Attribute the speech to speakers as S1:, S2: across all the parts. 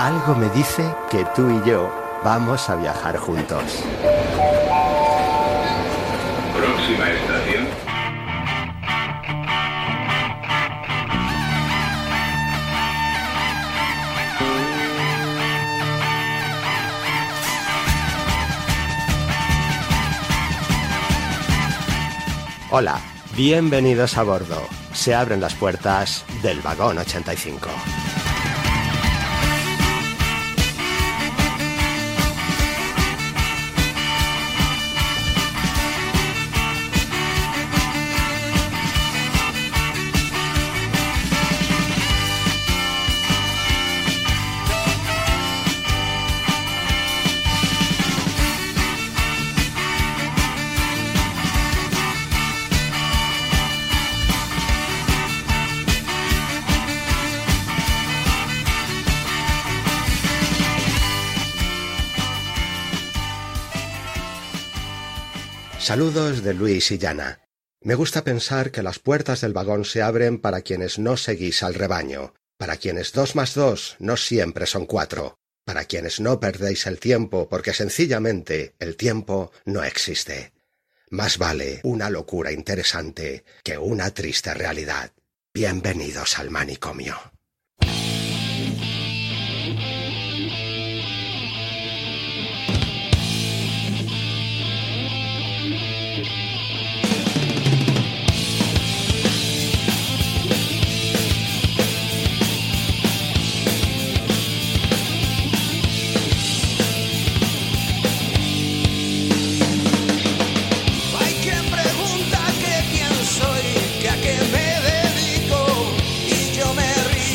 S1: Algo me dice que tú y yo vamos a viajar juntos.
S2: Próxima estación.
S1: Hola, bienvenidos a bordo. Se abren las puertas del vagón 85. Saludos de Luis y Llana. Me gusta pensar que las puertas del vagón se abren para quienes no seguís al rebaño, para quienes 2 más 2 no siempre son 4, para quienes no perdéis el tiempo porque sencillamente el tiempo no existe. Más vale una locura interesante que una triste realidad. Bienvenidos al manicomio.
S3: Soy, que a qué me dedico, y yo me río.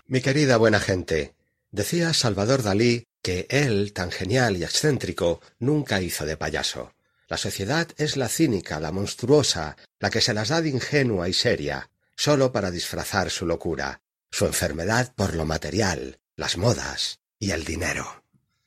S1: Mi querida buena gente, decía Salvador Dalí que él, tan genial y excéntrico, nunca hizo de payaso. La sociedad es la cínica, la monstruosa, la que se las da de ingenua y seria, sólo para disfrazar su locura, su enfermedad por lo material, las modas y el dinero.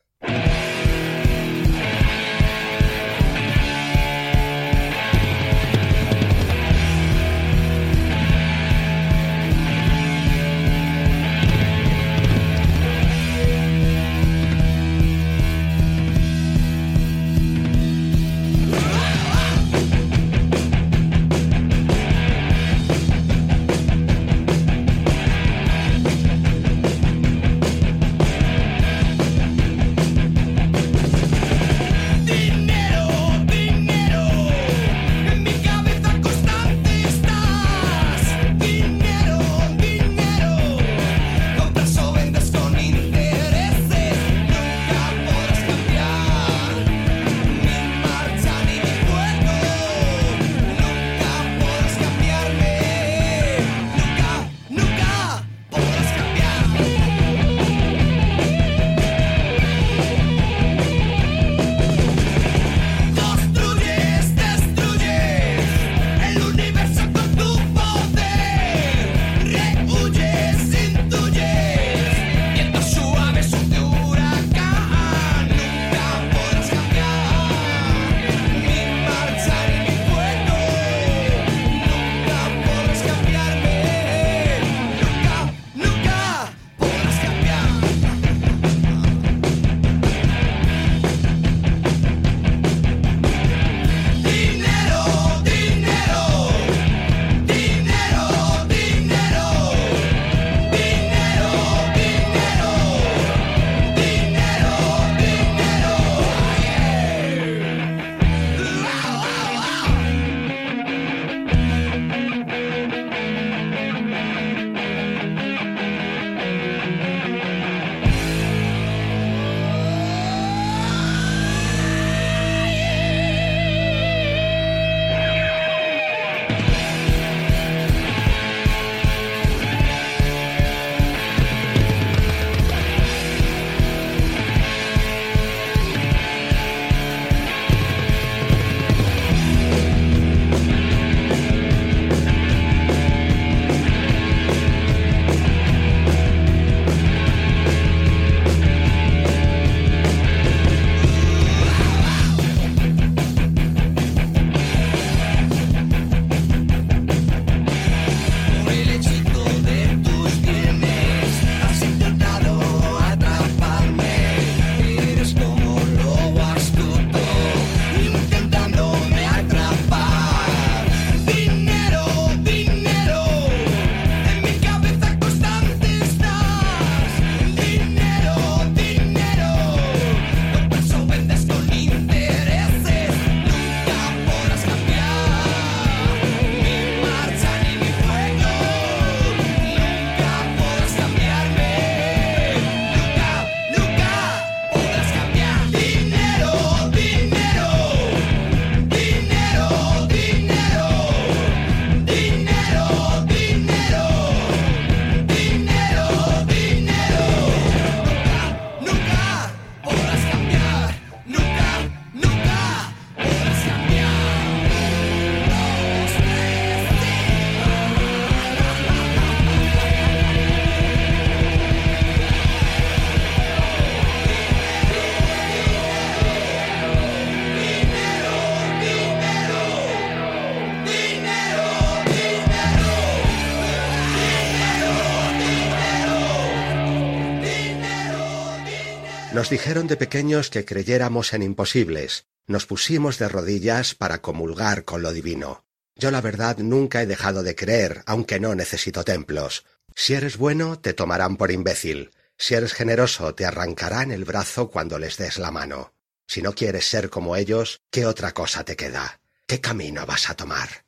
S1: Nos dijeron de pequeños que creyéramos en imposibles. Nos pusimos de rodillas para comulgar con lo divino. Yo la verdad nunca he dejado de creer, aunque no necesito templos. Si eres bueno, te tomarán por imbécil. Si eres generoso, te arrancarán el brazo cuando les des la mano. Si no quieres ser como ellos, ¿qué otra cosa te queda? ¿Qué camino vas a tomar?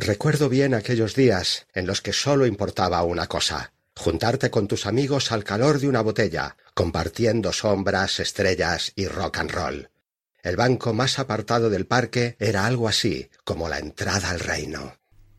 S1: Recuerdo bien aquellos días en los que solo importaba una cosa: juntarte con tus amigos al calor de una botella, compartiendo sombras, estrellas y rock and roll. El banco más apartado del parque era algo así como la entrada al reino.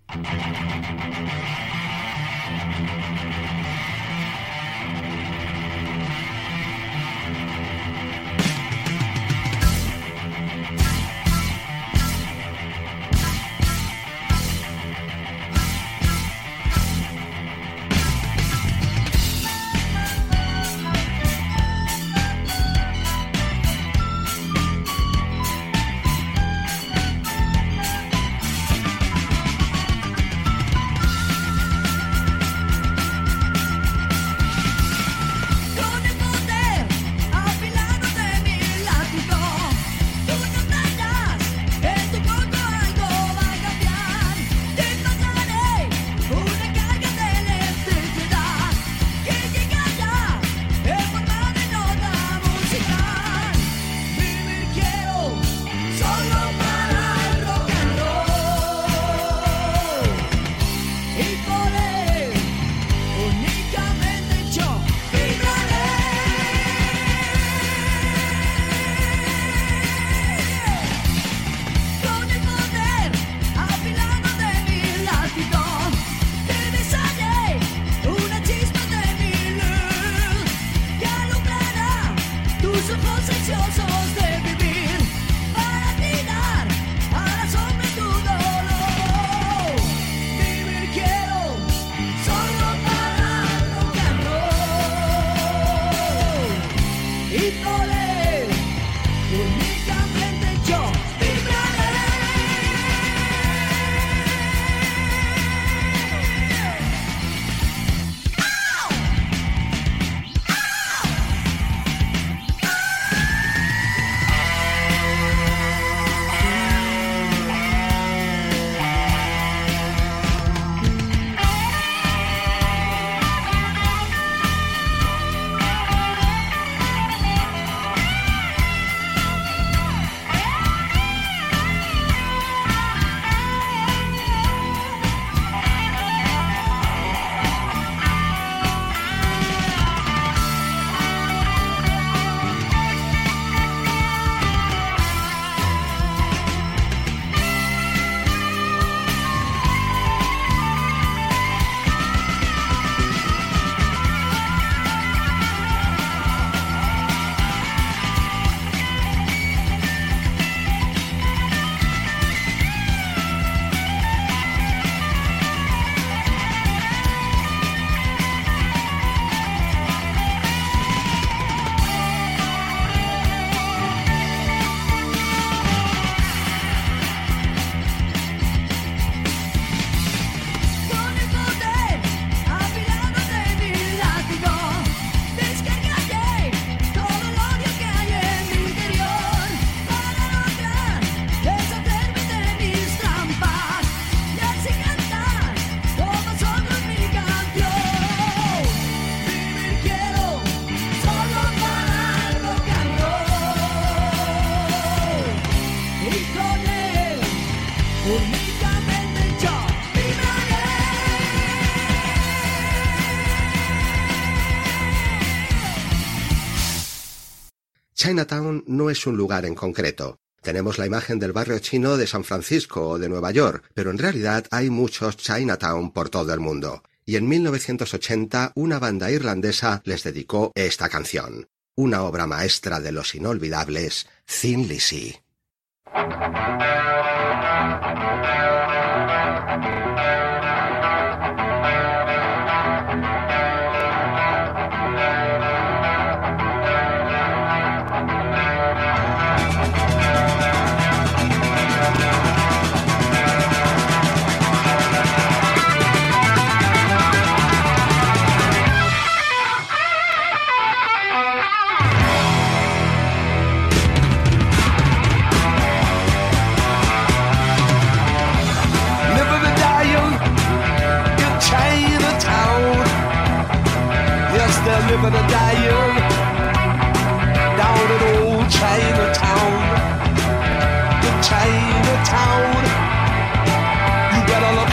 S1: Chinatown no es un lugar en concreto. Tenemos la imagen del barrio chino de San Francisco o de Nueva York, pero en realidad hay muchos Chinatown por todo el mundo. Y en 1980 una banda irlandesa les dedicó esta canción, una obra maestra de los inolvidables Thin Lizzy.
S3: Living and dying down in old Chinatown. In Chinatown, you better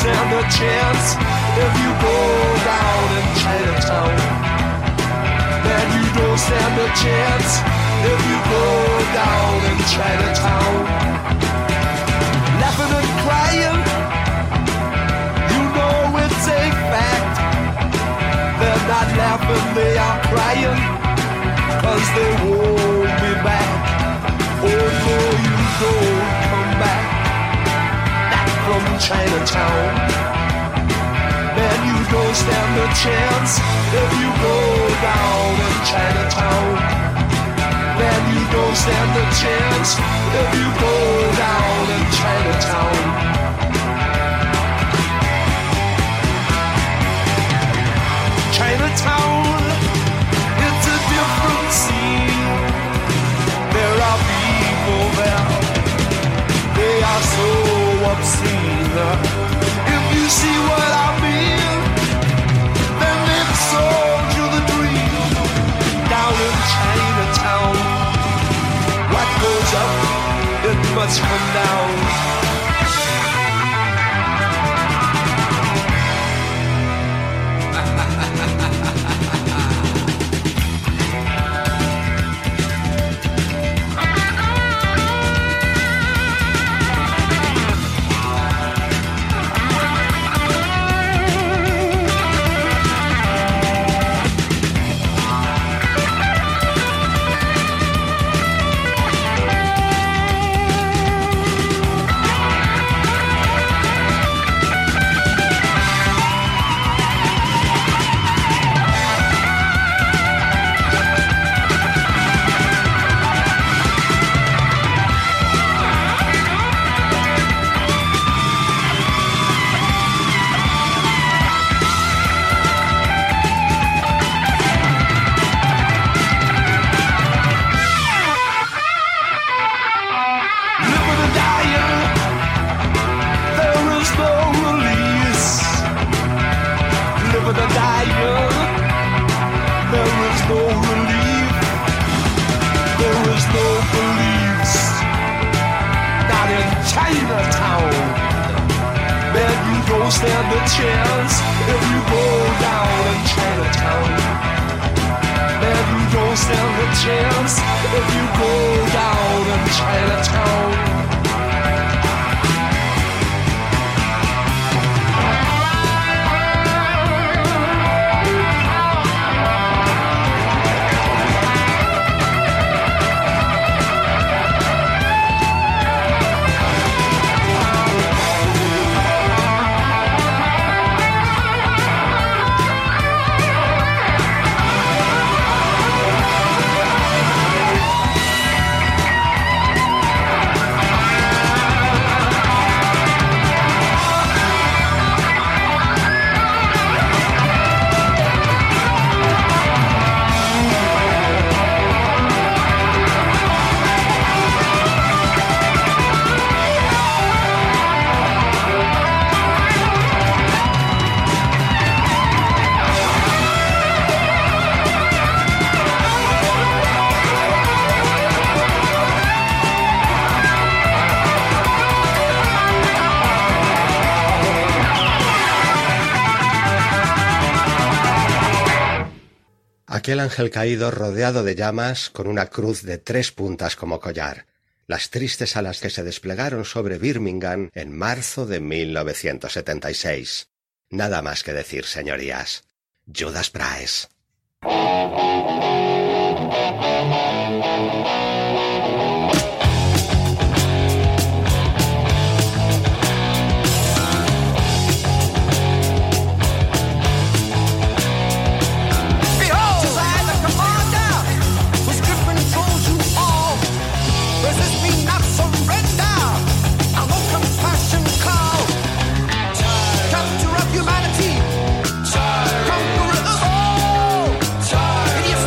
S3: stand a chance if you go down in Chinatown. Man, you don't stand a chance if you go down in Chinatown. Laughing and crying, you know it's a fact. They're not laughing, they are crying, 'cause they won't be back. Oh no, you don't come back from Chinatown. Man, you don't stand a chance if you go down in Chinatown. Man, you don't stand a chance if you go down in Chinatown. Chinatown, it's a different scene. There are people there, they are so obscene. If you see what I mean, then they've sold you the dream. Down in Chinatown, what goes up, it must come down. Stand a chance if you go down in Chinatown. Man, you don't stand a chance if you go down in Chinatown.
S1: Aquel ángel caído rodeado de llamas con una cruz de 3 puntas como collar. Las tristes alas que se desplegaron sobre Birmingham en marzo de 1976. Nada más que decir, señorías. Judas Priest.
S4: Humanity, conqueror of all.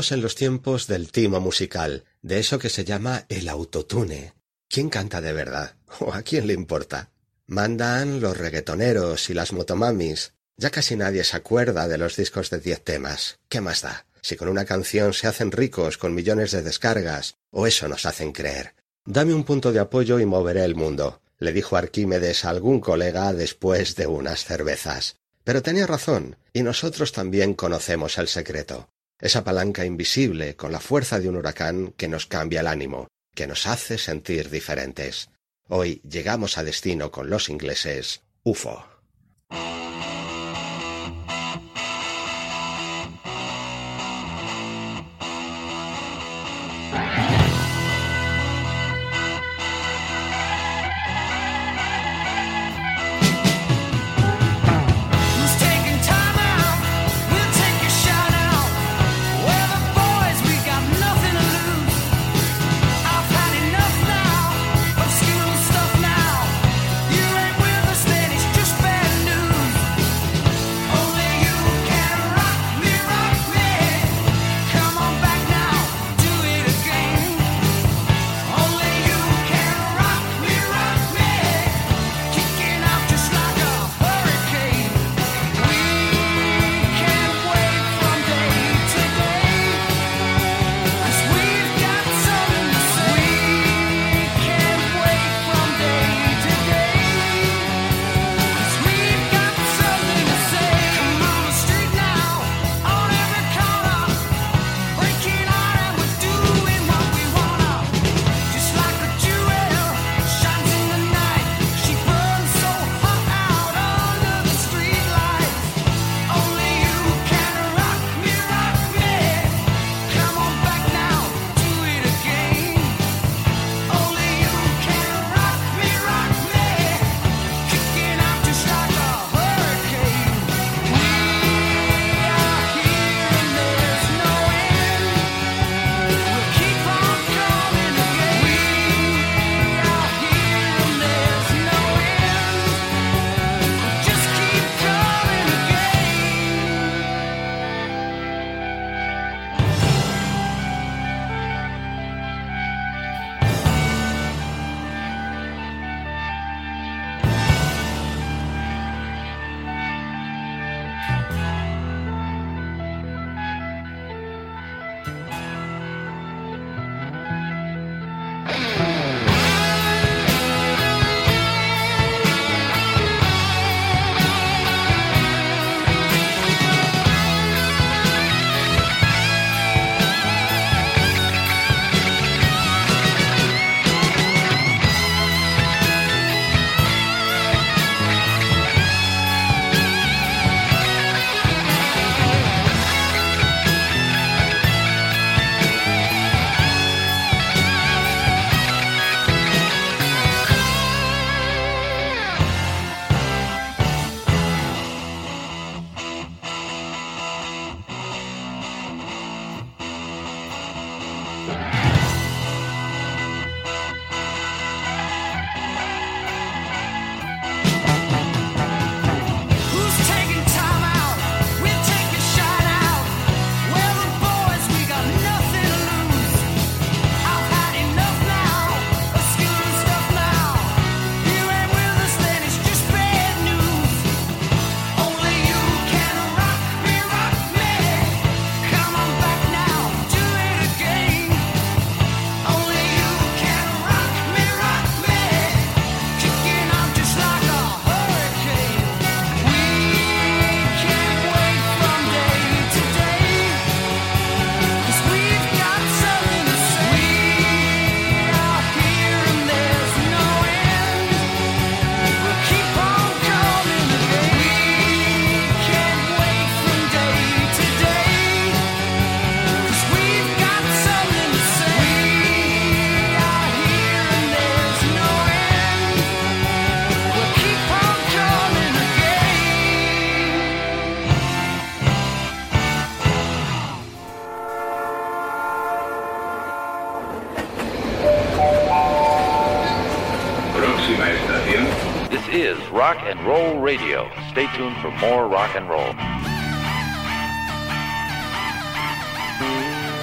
S1: Estamos en los tiempos del timo musical, de eso que se llama el autotune. ¿Quién canta de verdad? ¿O a quién le importa? Mandan los reggaetoneros y las motomamis. Ya casi nadie se acuerda de los discos de 10 temas. ¿Qué más da? Si con una canción se hacen ricos con millones de descargas, o eso nos hacen creer. Dame un punto de apoyo y moveré el mundo, le dijo Arquímedes a algún colega después de unas cervezas. Pero tenía razón, y nosotros también conocemos el secreto. Esa palanca invisible con la fuerza de un huracán que nos cambia el ánimo, que nos hace sentir diferentes. Hoy llegamos a destino con los ingleses UFO.
S4: is Rock and Roll Radio. Stay tuned for more rock and roll.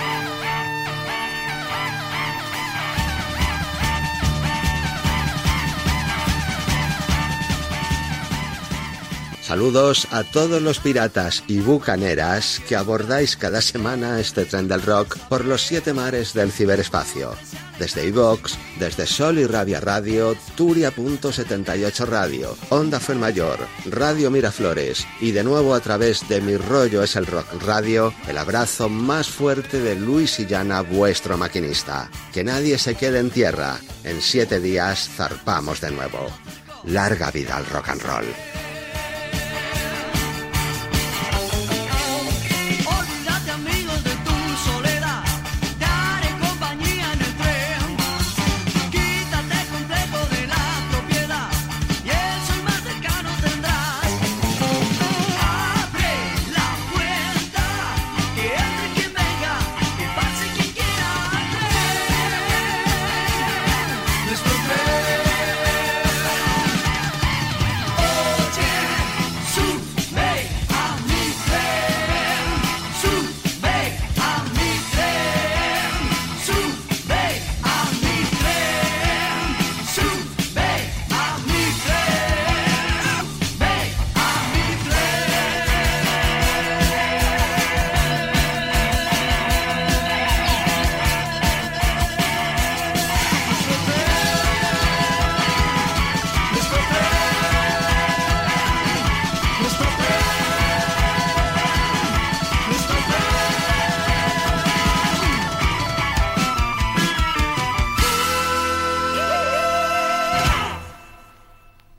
S1: Saludos a todos los piratas y bucaneras que abordáis cada semana este tren del rock por los 7 mares del ciberespacio. Desde iVox, desde Sol y Rabia Radio, Turia.78 Radio, Onda Fuenmayor, Radio Miraflores y de nuevo a través de Mi Rollo es el Rock Radio, el abrazo más fuerte de Luis Illana, vuestro maquinista. Que nadie se quede en tierra. En 7 días zarpamos de nuevo. Larga vida al rock and roll.